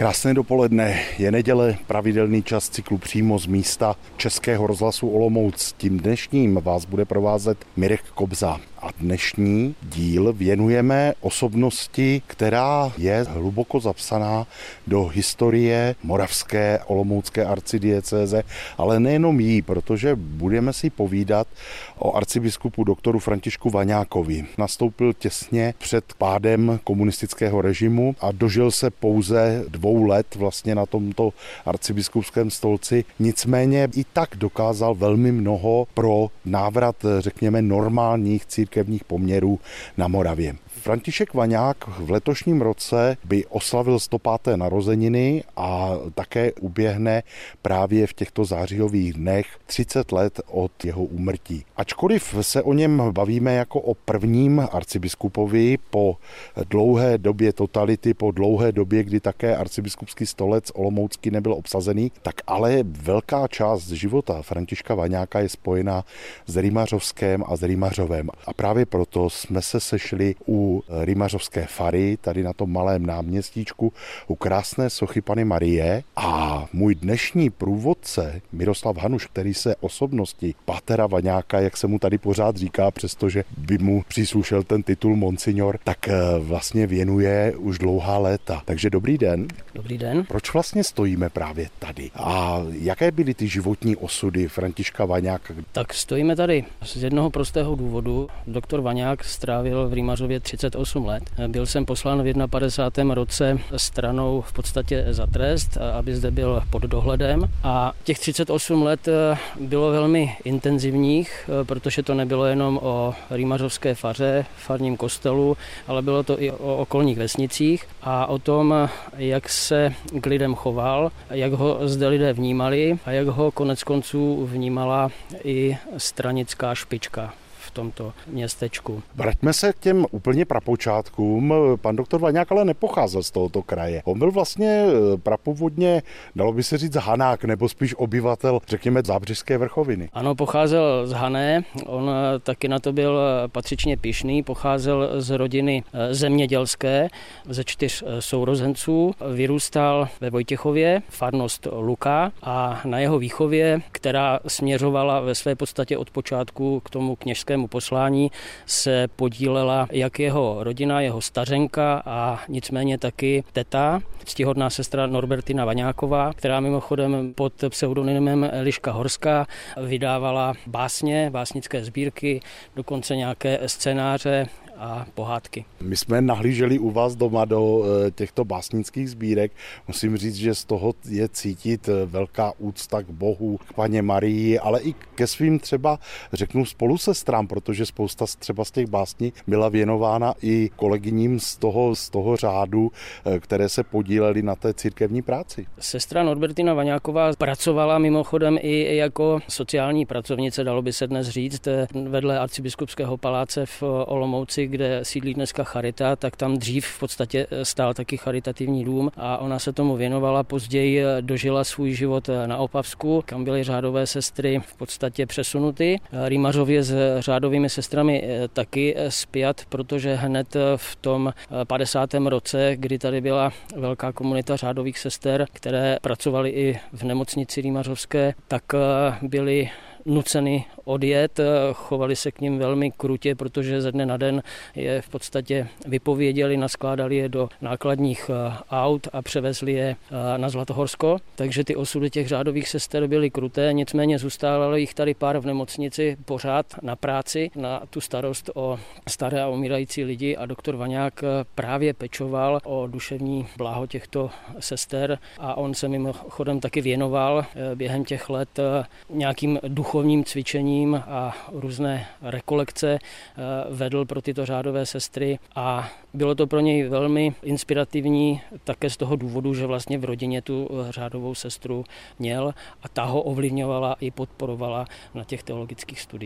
Krásné dopoledne, je neděle, pravidelný čas cyklu přímo z místa Českého rozhlasu Olomouc. Tím dnešním vás bude provázet Mirek Kobza. A dnešní díl věnujeme osobnosti, která je hluboko zapsaná do historie moravské olomoucké arcidiecéze, ale nejenom jí, protože budeme si povídat o arcibiskupu doktoru Františku Vaňákovi. Nastoupil těsně před pádem komunistického režimu a dožil se pouze 2 let vlastně na tomto arcibiskupském stolci. Nicméně i tak dokázal velmi mnoho pro návrat, řekněme, normálních církevních poměrů na Moravě. František Vaňák v letošním roce by oslavil 105. narozeniny a také uběhne právě v těchto zářijových dnech 30 let od jeho úmrtí. Ačkoliv se o něm bavíme jako o prvním arcibiskupovi po dlouhé době totality, po dlouhé době, kdy také arcibiskupský stolec olomoucký nebyl obsazený, tak ale velká část života Františka Vaňáka je spojena s Rýmařovském a s Rýmařovem. A právě proto jsme se sešli u Rýmařovské fary, tady na tom malém náměstíčku, u krásné sochy Panny Marie, a můj dnešní průvodce Miroslav Hanuš, který se osobnosti pátera Vaňáka, jak se mu tady pořád říká, přestože by mu příslušel ten titul monsignor, tak vlastně věnuje už dlouhá léta. Takže dobrý den. Dobrý den. Proč vlastně stojíme právě tady? A jaké byly ty životní osudy Františka Vaňáka? Tak stojíme tady z jednoho prostého důvodu. Doktor Vaňák strávil v Rýmařově 38 let. Byl jsem poslán v 51. roce stranou v podstatě za trest, aby zde byl pod dohledem. A těch 38 let bylo velmi intenzivních, protože to nebylo jenom o Rýmařovské faře, farním kostelu, ale bylo to i o okolních vesnicích a o tom, jak se k lidem choval, jak ho zde lidé vnímali a jak ho konec konců vnímala i stranická špička v tomto městečku. Vraťme se k těm úplně prapočátkům. Pan doktor Vaňák ale nepocházel z tohoto kraje. On byl vlastně prapůvodně, dalo by se říct, Hanák, nebo spíš obyvatel, řekněme, Zábřežské vrchoviny. Ano, pocházel z Hané, on taky na to byl patřičně pyšný, pocházel z rodiny zemědělské, ze 4 sourozenců, vyrůstal ve Vojtěchově, farnost Luka, a na jeho výchově, která směřovala ve své podstatě od počátku k tomu kněžskému poslání, se podílela jak jeho rodina, jeho stařenka a nicméně taky teta, ctihodná sestra Norbertina Vaňáková, která mimochodem pod pseudonymem Eliška Horská vydávala básně, básnické sbírky, dokonce nějaké scénáře a pohádky. My jsme nahlíželi u vás doma do těchto básnických sbírek. Musím říct, že z toho je cítit velká úcta k Bohu, k Panně Marii, ale i ke svým třeba, řeknu, spolusestrám, protože spousta třeba z těch básní byla věnována i kolegyním z toho řádu, které se podílely na té církevní práci. Sestra Norbertina Vaňáková pracovala mimochodem i jako sociální pracovnice, dalo by se dnes říct, vedle arcibiskupského paláce v Olomouci, kde sídlí dneska Charita, tak tam dřív v podstatě stál taky charitativní dům a ona se tomu věnovala. Později dožila svůj život na Opavsku, kam byly řádové sestry v podstatě přesunuty. Rýmařově s řádovými sestrami taky spjat, protože hned v tom 50. roce, kdy tady byla velká komunita řádových sester, které pracovaly i v nemocnici rýmařovské, tak byly nuceny odjet, chovali se k nim velmi krutě, protože ze dne na den je v podstatě vypověděli, naskládali je do nákladních aut a převezli je na Zlatohorsko. Takže ty osudy těch řádových sester byly kruté, nicméně zůstávalo jich tady pár v nemocnici pořád na práci, na tu starost o staré a umírající lidi, a doktor Vaňák právě pečoval o duševní blaho těchto sester a on se mimochodem taky věnoval během těch let nějakým duchovním cvičením a různé rekolekce vedl pro tyto řádové sestry a bylo to pro něj velmi inspirativní také z toho důvodu, že vlastně v rodině tu řádovou sestru měl a ta ho ovlivňovala i podporovala na těch teologických studiích.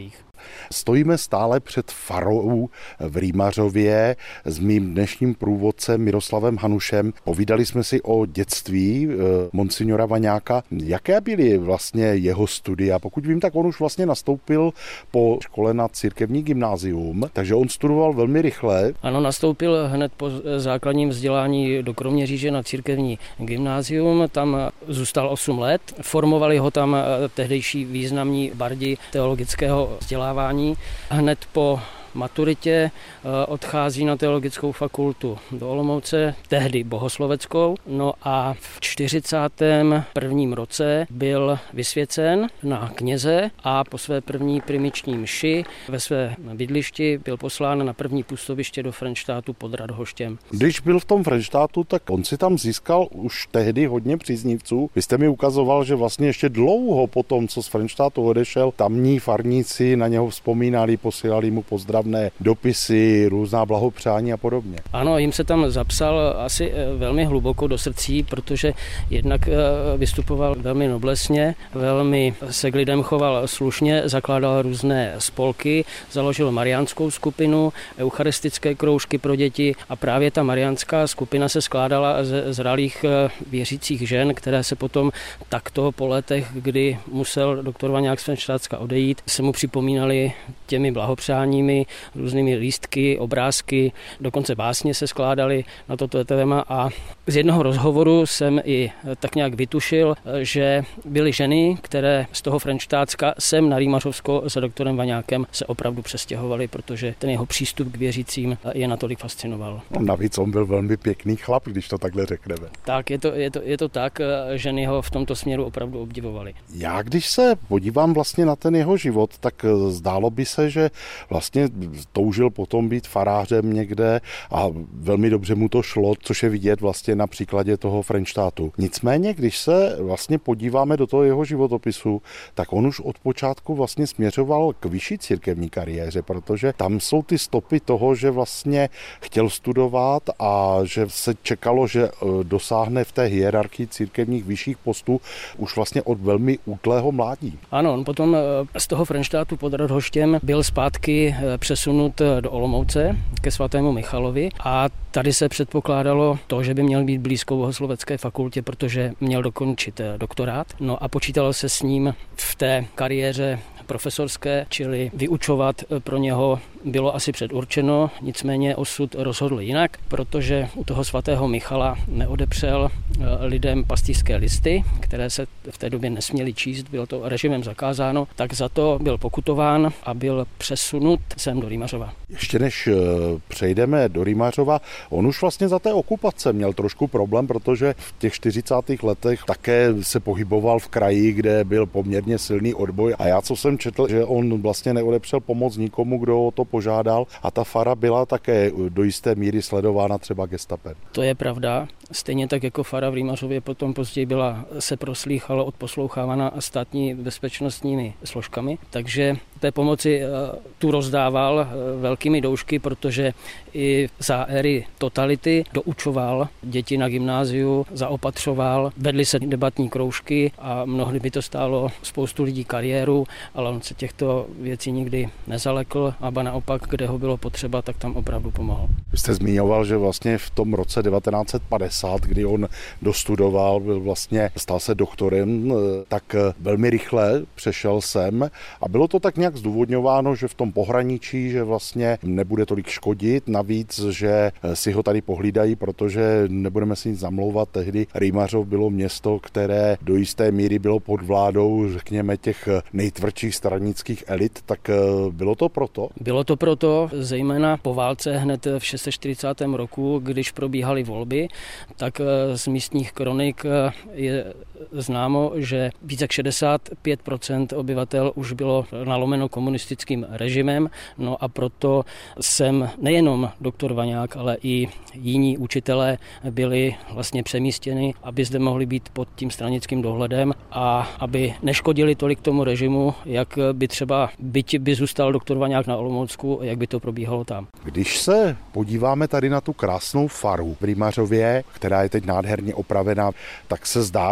Stojíme stále před farou v Rýmařově s mým dnešním průvodcem Miroslavem Hanušem. Povídali jsme si o dětství monsignora Vaňáka. Jaké byly vlastně jeho studia? Pokud vím, tak on už vlastně nastoupil po škole na církevní gymnázium, takže on studoval velmi rychle. Ano, nastoupil hned po základním vzdělání do Kroměříže na církevní gymnázium, tam zůstal 8 let. Formovali ho tam tehdejší významní bardi teologického vzdělávání. Hned po maturitě odchází na teologickou fakultu do Olomouce, tehdy bohosloveckou. No a v 41. roce byl vysvěcen na kněze a po své první primiční mši ve své bydlišti byl poslán na první působiště do Frenštátu pod Radhoštěm. Když byl v tom Frenštátu, tak on si tam získal už tehdy hodně příznivců. Vy jste mi ukazoval, že vlastně ještě dlouho po tom, co z Frenštátu odešel, tamní farníci na něho vzpomínali, posílali mu pozdrav, dopisy, různá blahopřání a podobně. Ano, jim se tam zapsal asi velmi hluboko do srdcí, protože jednak vystupoval velmi noblesně, velmi se k lidem choval slušně, zakládal různé spolky, založil mariánskou skupinu, eucharistické kroužky pro děti a právě ta mariánská skupina se skládala ze zralých věřících žen, které se potom takto po letech, kdy musel doktor Vaňák z Frenštátska odejít, se mu připomínali těmi blahopřáními, různými lístky, obrázky, dokonce básně se skládaly na toto téma a z jednoho rozhovoru jsem i tak nějak vytušil, že byly ženy, které z toho Frenštátska sem na Rýmařovsko za doktorem Vaňákem se opravdu přestěhovaly, protože ten jeho přístup k věřícím je natolik fascinoval. No, navíc on byl velmi pěkný chlap, když to takhle řekneme. Tak, je to tak, ženy ho v tomto směru opravdu obdivovaly. Já když se podívám vlastně na ten jeho život, tak zdálo by se, že vlastně toužil potom být farářem někde a velmi dobře mu to šlo, což je vidět vlastně na příkladě toho Frenštátu. Nicméně, když se vlastně podíváme do toho jeho životopisu, tak on už od počátku vlastně směřoval k vyšší církevní kariéře, protože tam jsou ty stopy toho, že vlastně chtěl studovat a že se čekalo, že dosáhne v té hierarchii církevních vyšších postů už vlastně od velmi útlého mládí. Ano, on potom z toho Frenštátu pod Radhoštěm byl zpátky přesunut do Olomouce ke svatému Michalovi a tady se předpokládalo to, že by měl být blízko bohoslovecké fakultě, protože měl dokončit doktorát. No a počítalo se s ním v té kariéře profesorské, čili vyučovat pro něho bylo asi předurčeno, nicméně osud rozhodl jinak, protože u toho svatého Michala neodepřel lidem pastýřské listy, které se v té době nesměly číst, bylo to režimem zakázáno, tak za to byl pokutován a byl přesunut sem do Rýmařova. Ještě než přejdeme do Rýmařova, on už vlastně za té okupace měl trošku problém, protože v těch 40. letech také se pohyboval v kraji, kde byl poměrně silný odboj a já co jsem četl, že on vlastně neodepřel pomoc nikomu, kdo o to požádal a ta fara byla také do jisté míry sledována třeba gestapem. To je pravda. Stejně tak jako fara v Rýmařově potom později se proslýchala odposlouchávána státní bezpečnostními složkami, takže té pomoci tu rozdával velkými doušky, protože i za éry totality doučoval děti na gymnáziu, zaopatřoval, vedly se debatní kroužky a mnohdy by to stálo spoustu lidí kariéru, ale on se těchto věcí nikdy nezalekl a ba naopak, kde ho bylo potřeba, tak tam opravdu pomohl. Vy jste zmiňoval, že vlastně v tom roce 1950, kdy on dostudoval, stal se doktorem, tak velmi rychle přešel sem a bylo to tak nějak zdůvodňováno, že v tom pohraničí, že vlastně nebude tolik škodit, navíc, že si ho tady pohlídají, protože nebudeme si nic zamlouvat, tehdy Rýmařov bylo město, které do jisté míry bylo pod vládou, řekněme, těch nejtvrdších stranických elit, tak bylo to proto? Bylo to proto, zejména po válce hned v 46. roku, když probíhaly volby, tak z místních kronik je známo, že více jak 65% obyvatel už bylo nalomeno komunistickým režimem, no a proto sem nejenom doktor Vaňák, ale i jiní učitelé byli vlastně přemístěni, aby zde mohli být pod tím stranickým dohledem a aby neškodili tolik tomu režimu, jak by třeba byť by zůstal doktor Vaňák na Olomoucku, jak by to probíhalo tam. Když se podíváme tady na tu krásnou faru v Rýmařově, která je teď nádherně opravená, tak se zdá, že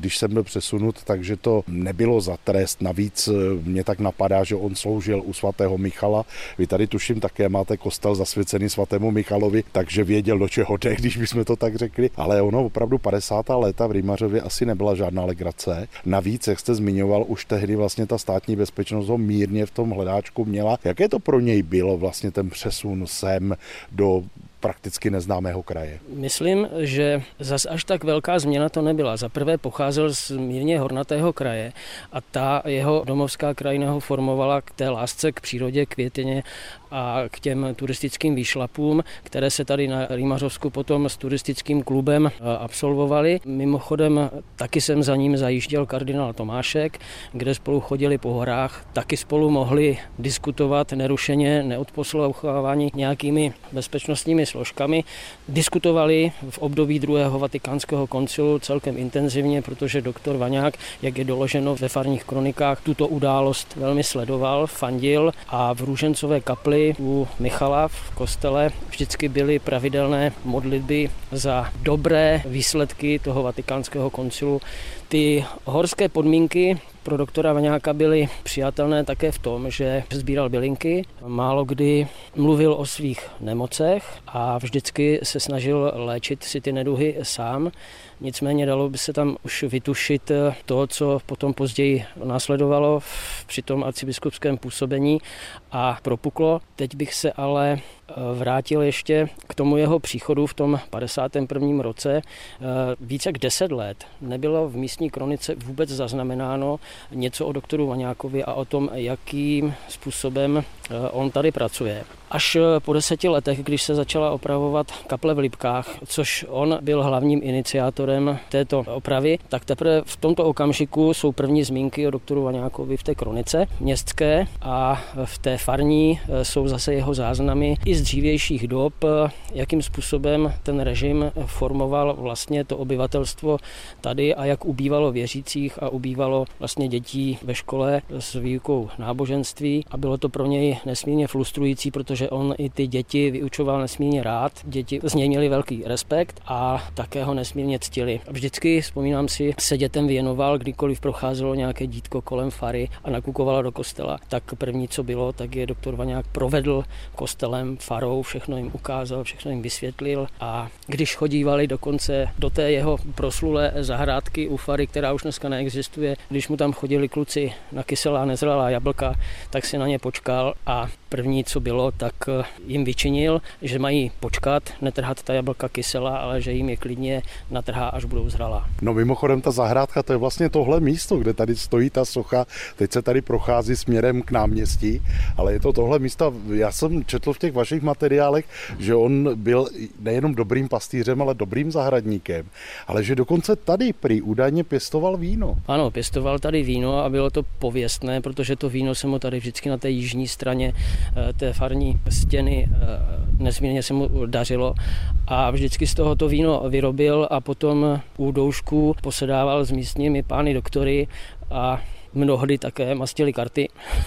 když jsem byl přesunut, takže to nebylo za trest. Navíc mě tak napadá, že on sloužil u svatého Michala. Vy tady tuším také máte kostel zasvěcený svatému Michalovi, takže věděl, do čeho jde, když bychom to tak řekli. Ale ono opravdu 50. léta v Rýmařově asi nebyla žádná legrace. Navíc, jak jste zmiňoval, už tehdy vlastně ta státní bezpečnost ho mírně v tom hledáčku měla. Jaké to pro něj bylo vlastně ten přesun sem do prakticky neznámého kraje? Myslím, že zas až tak velká změna to nebyla. Za prvé pocházel z mírně hornatého kraje a ta jeho domovská krajina ho formovala k té lásce k přírodě, květině a k těm turistickým výšlapům, které se tady na Rýmařovsku potom s turistickým klubem absolvovaly. Mimochodem taky jsem za ním zajížděl kardinál Tomášek, kde spolu chodili po horách, taky spolu mohli diskutovat nerušeně, neodposloucháváni nějakými bezpečnostními složkami. Diskutovali v období druhého vatikánského koncilu celkem intenzivně, protože doktor Vaňák, jak je doloženo ve farních kronikách, tuto událost velmi sledoval, fandil a v Růžencové kapli u Michala v kostele vždycky byly pravidelné modlitby za dobré výsledky toho vatikánského koncilu. Ty horské podmínky pro doktora Vaňáka byly přijatelné také v tom, že sbíral bylinky, málo kdy mluvil o svých nemocech a vždycky se snažil léčit si ty neduhy sám. Nicméně dalo by se tam už vytušit to, co potom později následovalo při tom arcibiskupském působení a propuklo. Teď bych se ale vrátil ještě k tomu jeho příchodu v tom 51. roce. Více jak 10 let nebylo v místní kronice vůbec zaznamenáno něco o doktoru Vaňákovi a o tom, jakým způsobem on tady pracuje. Až po 10 letech, když se začala opravovat kaple v Lipkách, což on byl hlavním iniciátorem této opravy, tak teprve v tomto okamžiku jsou první zmínky o doktoru Vaňákovi v té kronice městské a v té farní jsou zase jeho záznamy i z dřívějších dob, jakým způsobem ten režim formoval vlastně to obyvatelstvo tady a jak ubývalo věřících a ubývalo vlastně dětí ve škole s výukou náboženství a bylo to pro něj nesmírně frustrující, protože on i ty děti vyučoval nesmírně rád. Děti z něj měli velký respekt a také ho nesmírně ctili. Vždycky, vzpomínám si, se dětem věnoval, kdykoliv procházelo nějaké dítko kolem fary a nakukovalo do kostela. Tak první, co bylo, tak je doktor Vaňák provedl kostelem, farou, všechno jim ukázal, všechno jim vysvětlil a když chodívali dokonce do té jeho proslulé zahrádky u fary, která už dneska neexistuje, když mu tam chodili kluci na kyselá nezralá jablka, tak si na ně počkal a první, co bylo, tak jim vyčinil, že mají počkat, netrhat ta jablka kyselá, ale že jim je klidně natrhá, až budou zralá. No mimochodem ta zahrádka, to je vlastně tohle místo, kde tady stojí ta socha, teď se tady prochází směrem k náměstí, ale je to tohle místo, já jsem četl v těch vašich materiálech, že on byl nejenom dobrým pastýřem, ale dobrým zahradníkem, ale že dokonce tady prý údajně pěstoval víno. Ano, pěstoval tady víno a bylo to pověstné, protože to víno se mu tady vždycky na té jižní straně té farní stěny nesmírně se mu dařilo a vždycky z tohoto víno vyrobil a potom u doušku posedával s místními pány doktory a mnohdy také mastili karty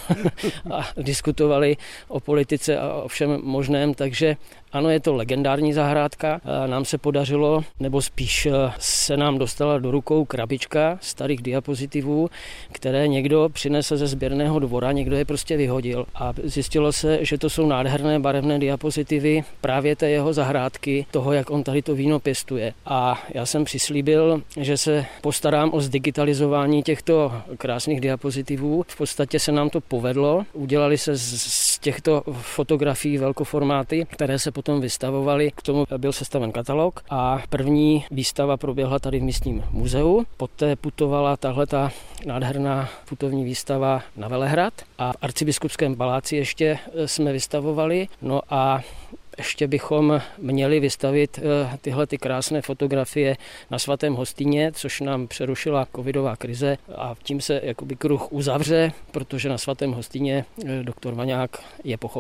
a diskutovali o politice a o všem možném, takže ano, je to legendární zahrádka. Nám se podařilo, nebo spíš se nám dostala do rukou krabička starých diapozitivů, které někdo přinesl ze sběrného dvora, někdo je prostě vyhodil. A zjistilo se, že to jsou nádherné barevné diapozitivy právě té jeho zahrádky, toho, jak on tady to víno pěstuje. A já jsem přislíbil, že se postarám o zdigitalizování těchto krásných diapozitivů. V podstatě se nám to povedlo. Udělali se z těchto fotografií velkoformáty, které se potom vystavovaly. K tomu byl sestaven katalog a první výstava proběhla tady v místním muzeu. Poté putovala tahleta nádherná putovní výstava na Velehrad a v arcibiskupském paláci ještě jsme vystavovali. No a ještě bychom měli vystavit tyhle ty krásné fotografie na Svatém Hostýně, což nám přerušila covidová krize a tím se jakoby kruh uzavře, protože na Svatém Hostýně doktor Vaňák je pochován.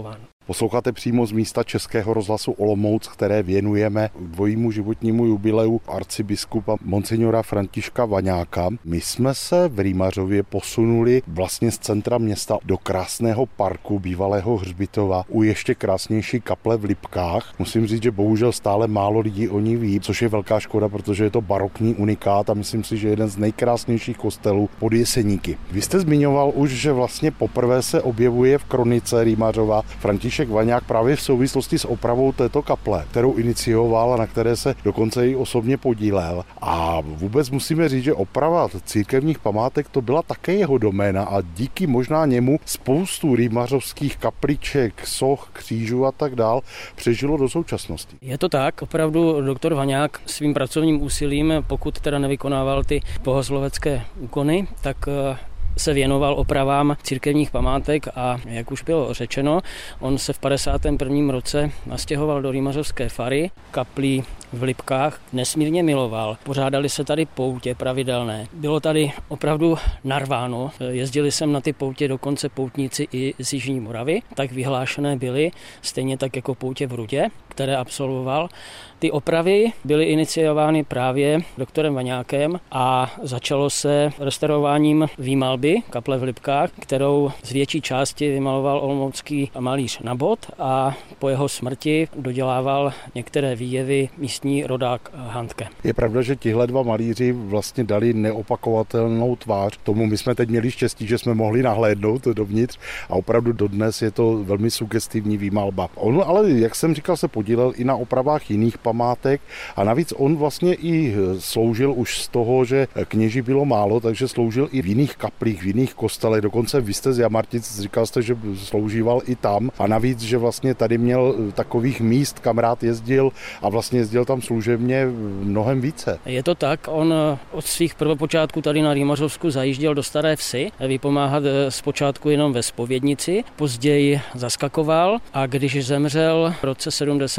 Posloucháte přímo z místa Českého rozhlasu Olomouc, které věnujeme dvojímu životnímu jubileu arcibiskupa monsignora Františka Vaňáka. My jsme se v Rýmařově posunuli vlastně z centra města do krásného parku bývalého hřbitova u ještě krásnější kaple v Lipkách. Musím říct, že bohužel stále málo lidí o ní ví, což je velká škoda, protože je to barokní unikát a myslím si, že jeden z nejkrásnějších kostelů pod Jeseníky. Vy jste zmiňoval už, že vlastně poprvé se objevuje v kronice Rýmařova František Vaňák právě v souvislosti s opravou této kaple, kterou inicioval a na které se dokonce i osobně podílel. A vůbec musíme říct, že oprava církevních památek to byla také jeho doména a díky možná němu spoustu rýmařovských kapliček, soch, křížů a tak dál přežilo do současnosti. Je to tak, opravdu doktor Vaňák svým pracovním úsilím, pokud teda nevykonával ty bohoslovecké úkony, tak se věnoval opravám církevních památek a jak už bylo řečeno, on se v 51. roce nastěhoval do rýmařovské fary, kaplí v Lipkách, nesmírně miloval. Pořádali se tady poutě pravidelné. Bylo tady opravdu narváno. Jezdili sem na ty poutě dokonce poutníci i z Jižní Moravy, tak vyhlášené byly, stejně tak jako poutě v Rudě, které absolvoval. Ty opravy byly iniciovány právě doktorem Vaňákem a začalo se restaurováním výmalby kaple v Lipkách, kterou z větší části vymaloval olomoucký malíř Nabot a po jeho smrti dodělával některé výjevy místní rodák Handke. Je pravda, že tihle dva malíři vlastně dali neopakovatelnou tvář. Tomu my jsme teď měli štěstí, že jsme mohli nahlédnout dovnitř a opravdu dodnes je to velmi sugestivní výmalba. On ale, jak jsem říkal, se podílel i na opravách jiných památek a navíc on vlastně i sloužil už z toho, že kněží bylo málo, takže sloužil i v jiných kaplích, v jiných kostelech. Dokonce vy jste z Jamartic, říkal jste, že sloužíval i tam a navíc, že vlastně tady měl takových míst, kam rád jezdil a vlastně jezdil tam služebně mnohem více. Je to tak, on od svých prvopočátků tady na Rýmařovsku zajížděl do Staré Vsi, vypomáhat zpočátku jenom ve zpovědnici, později zaskakoval a když zemřel v roce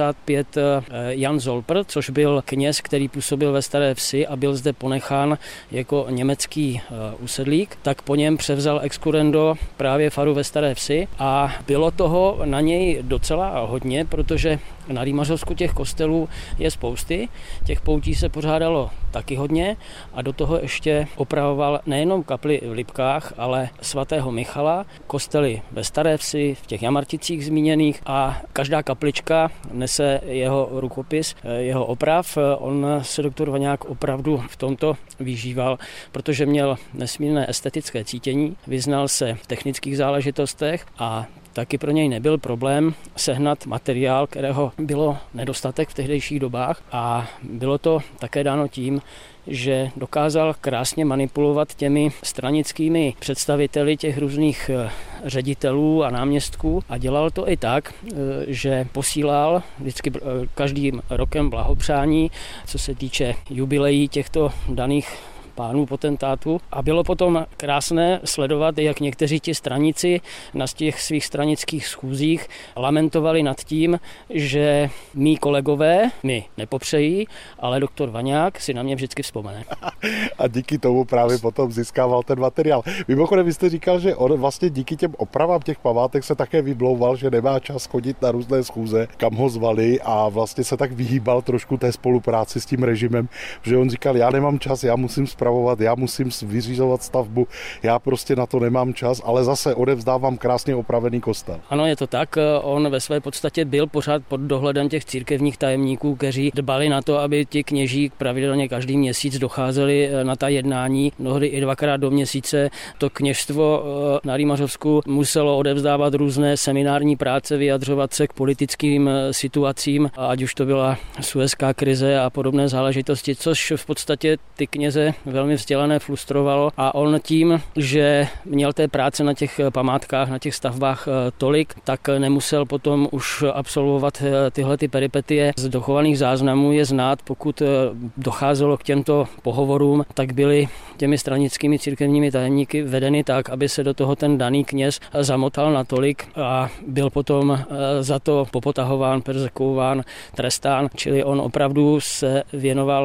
75 Jan Zolper, což byl kněz, který působil ve Staré Vsi a byl zde ponechán jako německý usedlík, tak po něm převzal ex currendo právě faru ve Staré Vsi a bylo toho na něj docela hodně, protože na Rýmařovsku těch kostelů je spousty, těch poutí se pořádalo taky hodně a do toho ještě opravoval nejenom kapli v Lipkách, ale svatého Michala, kostely ve Staré Vsi, v těch Jamarticích zmíněných a každá kaplička nese jeho rukopis, jeho oprav. On se doktor Vaňák opravdu v tomto vyžíval, protože měl nesmírné estetické cítění, vyznal se v technických záležitostech a taky pro něj nebyl problém sehnat materiál, kterého bylo nedostatek v tehdejších dobách a bylo to také dáno tím, že dokázal krásně manipulovat těmi stranickými představiteli těch různých ředitelů a náměstků a dělal to i tak, že posílal vždycky každým rokem blahopřání, co se týče jubileí těchto daných pánů potentátů. A bylo potom krásné sledovat, jak někteří ti straníci na těch svých stranických schůzích lamentovali nad tím, že mí kolegové mi nepopřejí, ale doktor Vaňák si na mě vždycky vzpomene. A díky tomu právě potom získával ten materiál. Mimochodem, vy jste říkal, že on vlastně díky těm opravám těch památek se také vyblouval, že nemá čas chodit na různé schůze, kam ho zvali a vlastně se tak vyhýbal trošku té spolupráci s tím režimem, že on říkal, já nemám čas, já musím spravovat, já musím vyřizovat stavbu, já prostě na to nemám čas, ale zase odevzdávám krásně opravený kostel. Ano, je to tak. On ve své podstatě byl pořád pod dohledem těch církevních tajemníků, kteří dbali na to, aby ti kněží pravidelně každý měsíc docházeli na ta jednání, mnohdy i 2krát do měsíce. To kněžstvo na Rýmařovsku muselo odevzdávat různé seminární práce, vyjadřovat se k politickým situacím, ať už to byla suezká krize a podobné záležitosti, což v podstatě ty kněze velmi vzdělané frustrovalo a on tím, že měl té práce na těch památkách, na těch stavbách tolik, tak nemusel potom už absolvovat tyhle ty peripetie. Z dochovaných záznamů je znát, pokud docházelo k těmto pohovorům, tak byly těmi stranickými církevními tajemníky vedeny tak, aby se do toho ten daný kněz zamotal natolik a byl potom za to popotahován, perzekuován, trestán, čili on opravdu se věnoval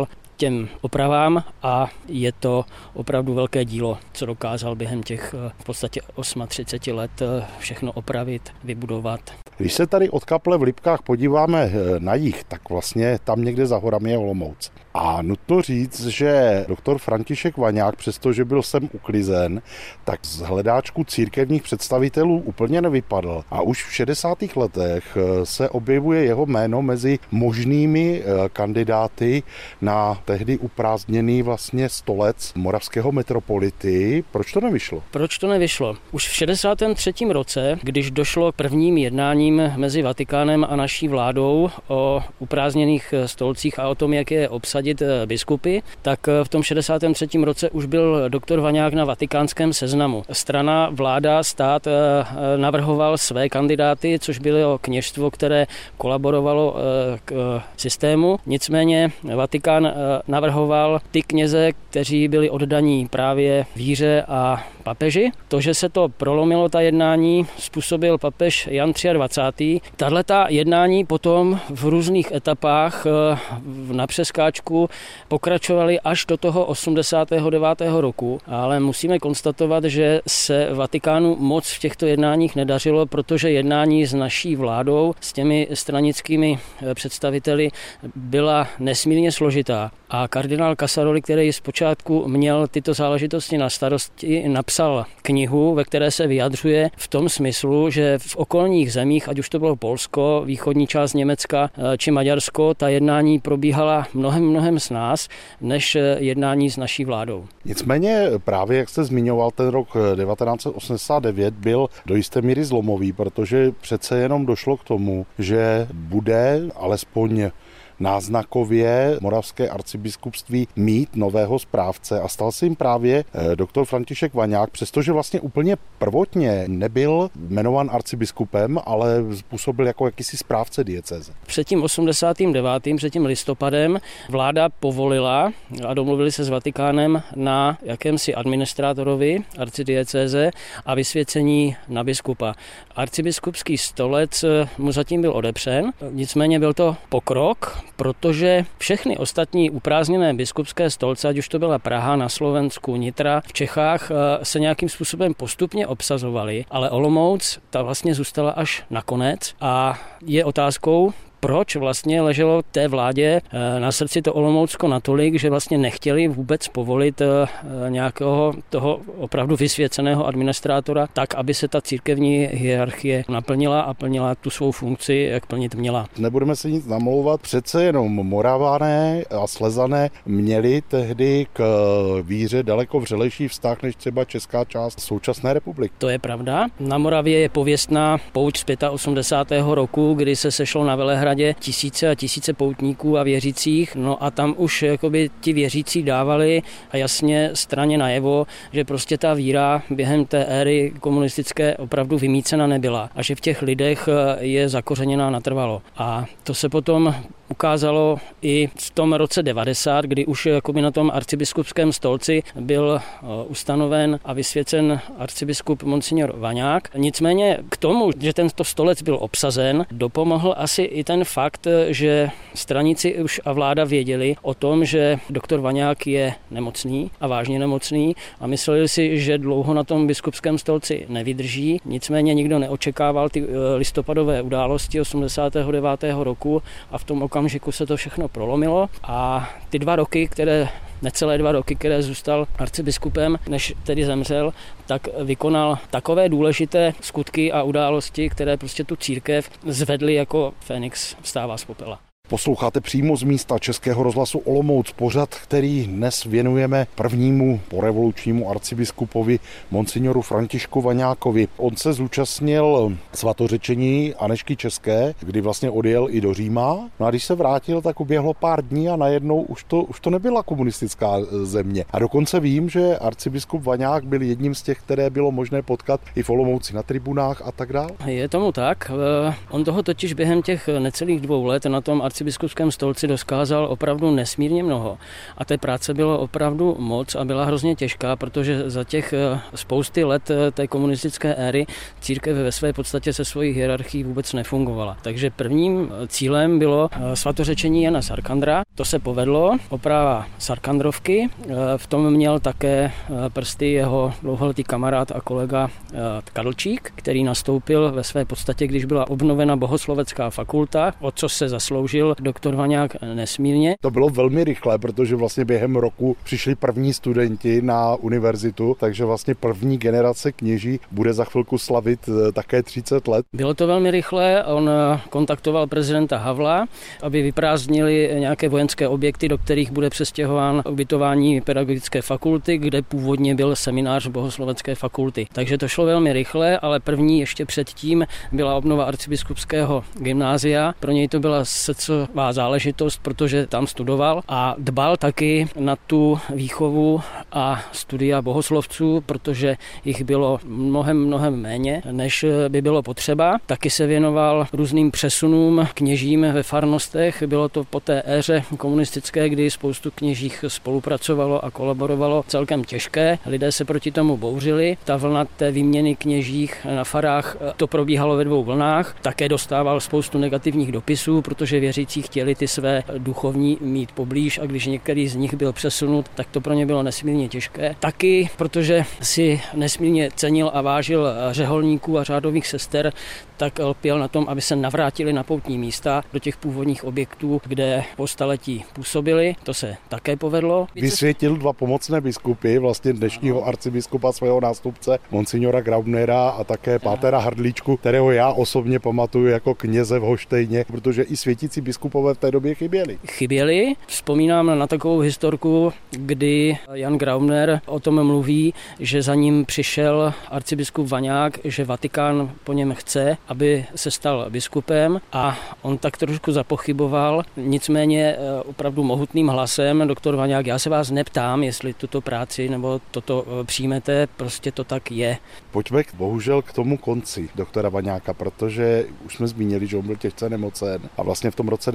těm opravám a je to opravdu velké dílo, co dokázal během těch v podstatě 38 let všechno opravit, vybudovat. Když se tady od kaple v Lipkách podíváme na jih, tak vlastně tam někde za horami je Olomouc. A nutno říct, že doktor František Vaňák, přestože byl sem uklizen, tak z hledáčku církevních představitelů úplně nevypadl. A už v 60. letech se objevuje jeho jméno mezi možnými kandidáty na tehdy uprázdněný vlastně stolec moravského metropolity. Proč to nevyšlo? Proč to nevyšlo? Už v 63. roce, když došlo k prvním jednáním mezi Vatikánem a naší vládou o uprázdněných stolcích a o tom, jak je obsadit biskupy, tak v tom 63. roce už byl doktor Vaňák na vatikánském seznamu. Strana, vláda, stát navrhoval své kandidáty, což bylo kněžstvo, které kolaborovalo k systému. Nicméně Vatikán navrhoval ty kněze, kteří byli oddaní právě víře a papeži. To, že se to prolomilo, ta jednání, způsobil papež Jan 23. Tato jednání potom v různých etapách na přeskáčku pokračovaly až do toho 89. roku, ale musíme konstatovat, že se Vatikánu moc v těchto jednáních nedařilo, protože jednání s naší vládou, s těmi stranickými představiteli byla nesmírně složitá. A kardinál Casaroli, který zpočátku měl tyto záležitosti na starosti, napsal knihu, ve které se vyjadřuje v tom smyslu, že v okolních zemích, ať už to bylo Polsko, východní část Německa či Maďarsko, ta jednání probíhala mnohem s nás, než jednání s naší vládou. Nicméně právě, jak jste zmiňoval, ten rok 1989 byl do jisté míry zlomový, protože přece jenom došlo k tomu, že bude alespoň náznakově moravské arcibiskupství mít nového správce a stal se jim právě doktor František Vaňák, přestože vlastně úplně prvotně nebyl jmenován arcibiskupem, ale působil jako jakýsi správce diecéze. Před tím 89., před tím listopadem vláda povolila a domluvili se s Vatikánem na jakémsi administrátorovi arcidiecéze a vysvěcení na biskupa. Arcibiskupský stolec mu zatím byl odepřen, nicméně byl to pokrok, protože všechny ostatní uprázdněné biskupské stolce, ať už to byla Praha, na Slovensku, Nitra, v Čechách, se nějakým způsobem postupně obsazovaly, ale Olomouc ta vlastně zůstala až nakonec a je otázkou, proč vlastně leželo té vládě na srdci to Olomoucko natolik, že vlastně nechtěli vůbec povolit nějakého toho opravdu vysvěceného administrátora tak, aby se ta církevní hierarchie naplnila a plnila tu svou funkci, jak plnit měla. Nebudeme se nic namlouvat, přece jenom Moravané a Slezané měli tehdy k víře daleko vřelejší vztah než třeba česká část současné republiky. To je pravda. Na Moravě je pověstná pouť z 85. roku, kdy se sešlo na Velehradě tisíce a tisíce poutníků a věřících, no a tam už jakoby ti věřící dávali a jasně straně najevo, že prostě ta víra během té éry komunistické opravdu vymýcena nebyla a že v těch lidech je zakořeněná natrvalo. A to se potom ukázalo i v tom roce 90, kdy už jakoby na tom arcibiskupském stolci byl ustanoven a vysvěcen arcibiskup Monsignor Vaňák. Nicméně k tomu, že tento stolec byl obsazen, dopomohl asi i ten fakt, že straníci už a vláda věděli o tom, že doktor Vaňák je nemocný a vážně nemocný a mysleli si, že dlouho na tom biskupském stolci nevydrží. Nicméně nikdo neočekával ty listopadové události 89. roku a v tom okamžiku se to všechno prolomilo a ty necelé 2 roky, které zůstal arcibiskupem, než tedy zemřel, tak vykonal takové důležité skutky a události, které prostě tu církev zvedly jako Fénix vstává z popela. Posloucháte přímo z místa Českého rozhlasu Olomouc pořad, který dnes věnujeme prvnímu porevolučnímu arcibiskupovi monsignoru Františku Vaňákovi. On se zúčastnil svatořečení Anežky České, kdy vlastně odjel i do Říma. No a když se vrátil, tak uběhlo pár dní a najednou už to nebyla komunistická země. A dokonce vím, že arcibiskup Vaňák byl jedním z těch, které bylo možné potkat i v Olomouci na tribunách a tak dále. Je tomu tak. On toho totiž během těch necelých 2 let na tom arcibiskupském stolci dokázal opravdu nesmírně mnoho. A té práce bylo opravdu moc a byla hrozně těžká, protože za těch spousty let té komunistické éry církev ve své podstatě se svojí hierarchií vůbec nefungovala. Takže prvním cílem bylo svatořečení Jana z Arkandra. To se povedlo, oprava Sarkandrovky. V tom měl také prsty jeho dlouholetý kamarád a kolega Kadlčík, který nastoupil ve své podstatě, když byla obnovena bohoslovecká fakulta, o co se zasloužil doktor Vaňák nesmírně. To bylo velmi rychle, protože vlastně během roku přišli první studenti na univerzitu, takže vlastně první generace kněží bude za chvilku slavit také 30 let. Bylo to velmi rychle, on kontaktoval prezidenta Havla, aby vyprázdnili nějaké vojenské objekty, do kterých bude přestěhován ubytování pedagogické fakulty, kde původně byl seminář bohoslovecké fakulty. Takže to šlo velmi rychle, ale první ještě předtím byla obnova arcibiskupského gymnázia. Pro něj to byla srdcová záležitost, protože tam studoval a dbal taky na tu výchovu a studia bohoslovců, protože jich bylo mnohem méně, než by bylo potřeba. Taky se věnoval různým přesunům kněžím ve farnostech. Bylo to po té éře komunistické, kdy spoustu kněžích spolupracovalo a kolaborovalo, celkem těžké. Lidé se proti tomu bouřili. Ta vlna té výměny kněžích na farách, to probíhalo ve 2 vlnách. Také dostával spoustu negativních dopisů, protože věřící chtěli ty své duchovní mít poblíž a když některý z nich byl přesunut, tak to pro ně bylo nesmírně těžké. Taky, protože si nesmírně cenil a vážil řeholníků a řádových sester, tak lpěl na tom, aby se navrátili na poutní místa do těch původních objektů, kde po staletí působili. To se také povedlo. Vysvětil 2 pomocné biskupy, vlastně dnešního arcibiskupa, svého nástupce, monsignora Graubnera a také pátera Hrdličku, kterého já osobně pamatuju jako kněze v Hoštejně, protože i světící biskupové v té době chyběli. Vzpomínám na takovou historku, kdy Jan Graubner o tom mluví, že za ním přišel arcibiskup Vaňák, že Vatikán po něm chce, aby se stal biskupem a on tak trošku zapochyboval, nicméně opravdu mohutným hlasem: doktor Vaňák, já se vás neptám, jestli tuto práci nebo toto přijmete, prostě to tak je. Pojďme bohužel k tomu konci doktora Vaňáka, protože už jsme zmínili, že on byl těžce nemocen a vlastně v tom roce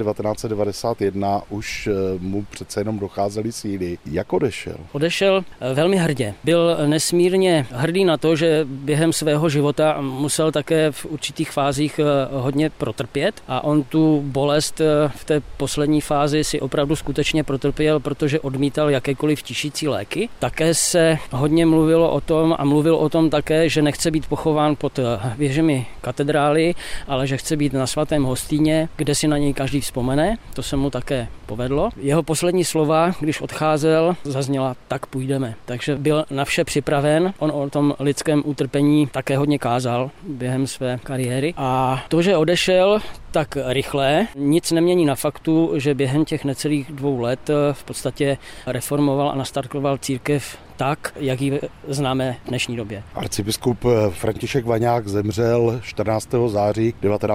1991 už mu přece jenom docházely síly. Jak odešel? Odešel velmi hrdě. Byl nesmírně hrdý na to, že během svého života musel také v určitých fázích hodně protrpět a on tu bolest v té poslední fázi si opravdu skutečně protrpěl, protože odmítal jakékoliv tišící léky. Také se hodně mluvilo o tom a mluvil o tom také, že nechce být pochován pod věžemi katedrály, ale že chce být na svatém Hostýně, kde si na něj každý vzpomene. To se mu také povedlo. Jeho poslední slova, když odcházel, zazněla: tak půjdeme. Takže byl na vše připraven. On o tom lidském utrpení také hodně kázal během své kariéry. A to, že odešel tak rychle, nic nemění na faktu, že během těch necelých 2 let v podstatě reformoval a nastartoval církev tak, jak ji známe v dnešní době. Arcibiskup František Vaňák zemřel 14. září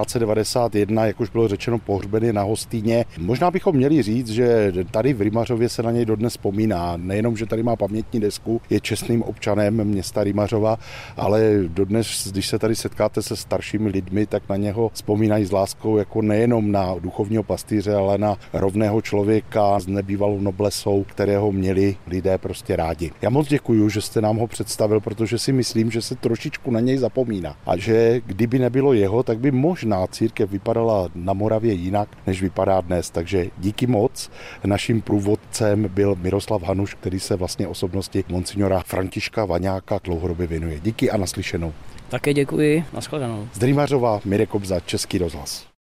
1991, jak už bylo řečeno, pohřbený na Hostýně. Možná bychom měli říct, že tady v Rymařově se na něj dodnes vzpomíná. Nejenom, že tady má pamětní desku, je čestným občanem města Rymařova, ale dodnes, když se tady setkáte se staršími lidmi, tak na něho vzpomínají s láskou jako nejenom na duchovního pastýře, ale na rovného člověka s nebývalou noblesou, kterého měli lidé prostě rádi. Já moc děkuju, že jste nám ho představil, protože si myslím, že se trošičku na něj zapomíná. A že kdyby nebylo jeho, tak by možná církev vypadala na Moravě jinak, než vypadá dnes. Takže díky moc. Naším průvodcem byl Miroslav Hanuš, který se vlastně osobnosti monsignora Františka Vaňáka dlouhodobě věnuje. Díky a naslyšenou. Také děkuji, nashledanou. Z Rymařova Mirek Kobza, Český rozhlas.